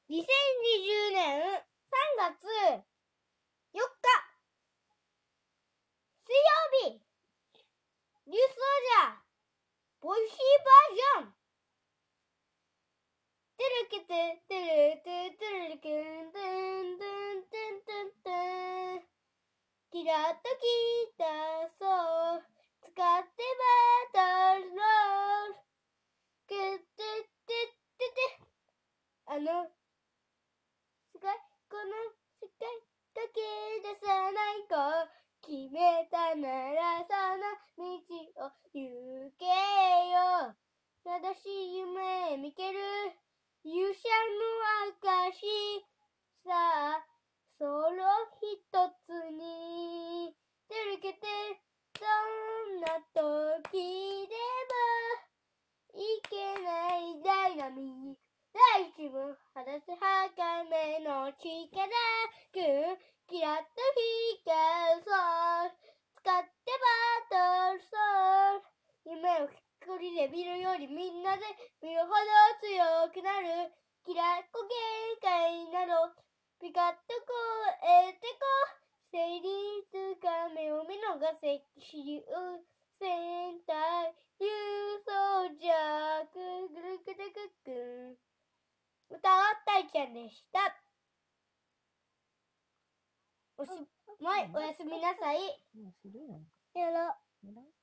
2020年3月4日水曜日、ニュースオージャーボイシーバージョン。てるけててるててるけんてんてんてんてんてん、キラッときたそう使ってバトルロール、くってってってて、この世界かけ出さない子、決めたならその道を行けよ。正しい夢見ける勇者の証。さあその一つに出るけて、そんな時でもいけないダイナミック、大地も果たす儚の力くん、キラッと光るソウル使ってバトルソウル、夢を一人で見るよりみんなで見るほど強くなる、キラッと限界などピカッと超えてこう、成立か目を見逃せ知りう戦隊ユーソージャーくぐるくるくくん、歌はたいちゃんでした。おしまい。おやすみなさい。 もうするやんか。 やろう。 やらん